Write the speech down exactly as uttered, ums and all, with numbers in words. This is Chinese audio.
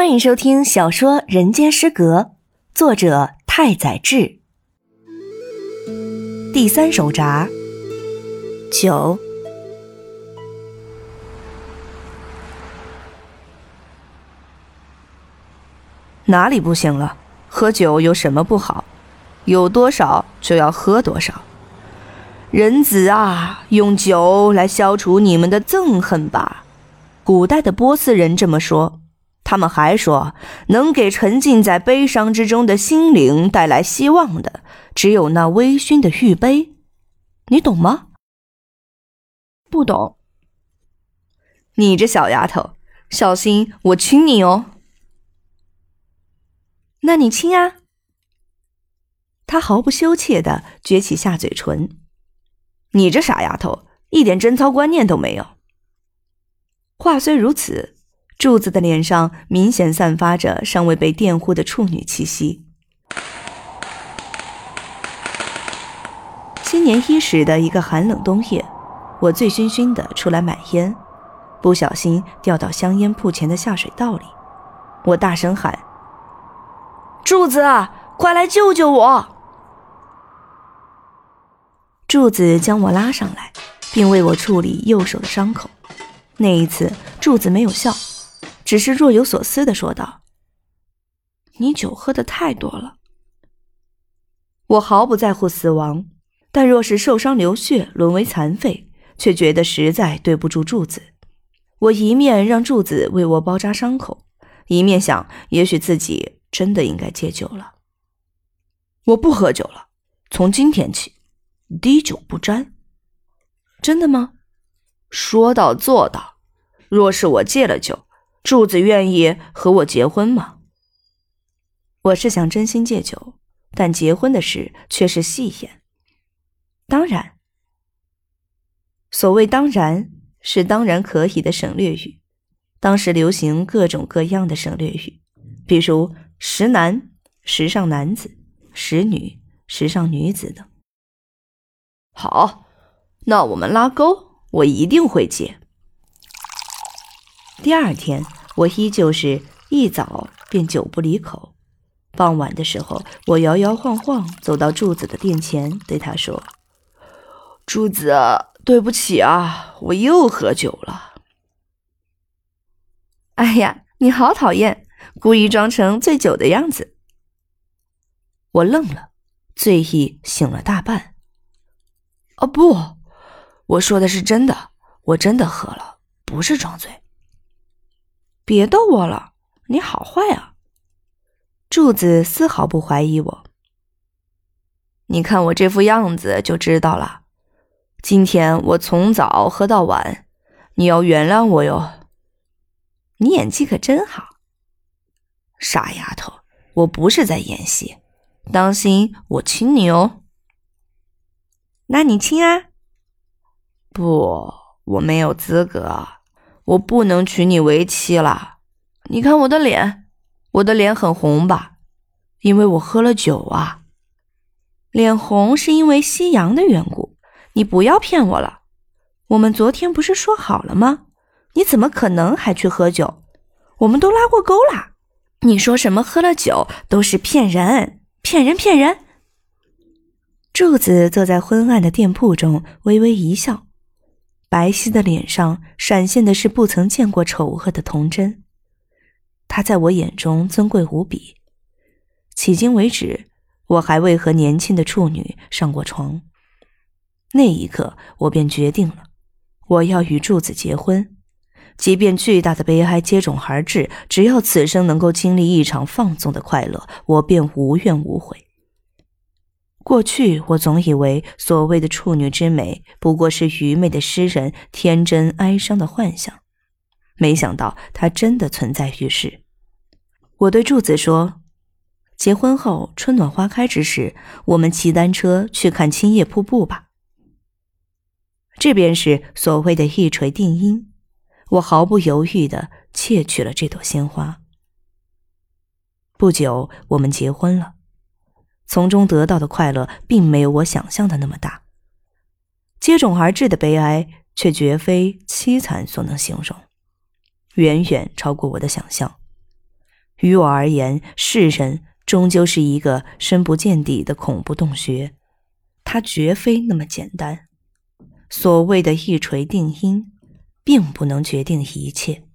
欢迎收听小说《人间失格》，作者太宰治。第三手札九。哪里不行了？喝酒有什么不好？有多少就要喝多少。人子啊，用酒来消除你们的憎恨吧。古代的波斯人这么说，他们还说，能给沉浸在悲伤之中的心灵带来希望的，只有那微醺的玉杯。你懂吗？ 不懂。 你这小丫头，小心我亲你哦。那你亲啊。他毫不羞怯地撅起下嘴唇。你这傻丫头，一点贞操观念都没有。话虽如此，柱子的脸上明显散发着尚未被玷污的处女气息。新年伊始的一个寒冷冬夜，我醉醺醺地出来买烟，不小心掉到香烟铺前的下水道里。我大声喊：柱子，快来救救我！柱子将我拉上来，并为我处理右手的伤口。那一次，柱子没有笑，只是若有所思地说道：你酒喝得太多了。我毫不在乎死亡，但若是受伤流血沦为残废，却觉得实在对不住柱子。我一面让柱子为我包扎伤口，一面想，也许自己真的应该戒酒了。我不喝酒了，从今天起滴酒不沾。真的吗？说到做到。若是我戒了酒，柱子愿意和我结婚吗？我是想真心戒酒，但结婚的事却是戏言。当然。所谓当然，是当然可以的省略语。当时流行各种各样的省略语，比如时男、时尚男子、时女、时尚女子等。好，那我们拉钩，我一定会戒。第二天，我依旧是一早便酒不离口。傍晚的时候，我摇摇晃晃走到柱子的店前，对他说：柱子，对不起啊，我又喝酒了。哎呀，你好讨厌，故意装成醉酒的样子。我愣了，醉意醒了大半。哦不，我说的是真的，我真的喝了，不是装醉。别逗我了，你好坏啊。柱子丝毫不怀疑我。你看我这副样子就知道了。今天我从早喝到晚，你要原谅我哟。你演技可真好。傻丫头，我不是在演戏，当心我亲你哦。那你亲啊。不，我没有资格，我不能娶你为妻了。你看我的脸，我的脸很红吧？因为我喝了酒啊。脸红是因为夕阳的缘故，你不要骗我了。我们昨天不是说好了吗？你怎么可能还去喝酒？我们都拉过钩啦。你说什么喝了酒都是骗人，骗人骗人。柱子坐在昏暗的店铺中微微一笑，白皙的脸上闪现的是不曾见过丑恶的童真。他在我眼中尊贵无比。迄今为止，我还未和年轻的处女上过床。那一刻，我便决定了，我要与柱子结婚。即便巨大的悲哀接踵而至，只要此生能够经历一场放纵的快乐，我便无怨无悔。过去我总以为所谓的处女之美不过是愚昧的诗人天真哀伤的幻想，没想到它真的存在于世。我对柱子说，结婚后春暖花开之时，我们骑单车去看青叶瀑布吧。这便是所谓的一锤定音。我毫不犹豫地窃取了这朵鲜花。不久，我们结婚了。从中得到的快乐并没有我想象的那么大，接踵而至的悲哀却绝非凄惨所能形容，远远超过我的想象。 于我而言，世人终究是一个深不见底的恐怖洞穴，它绝非那么简单。所谓的一锤定音，并不能决定一切。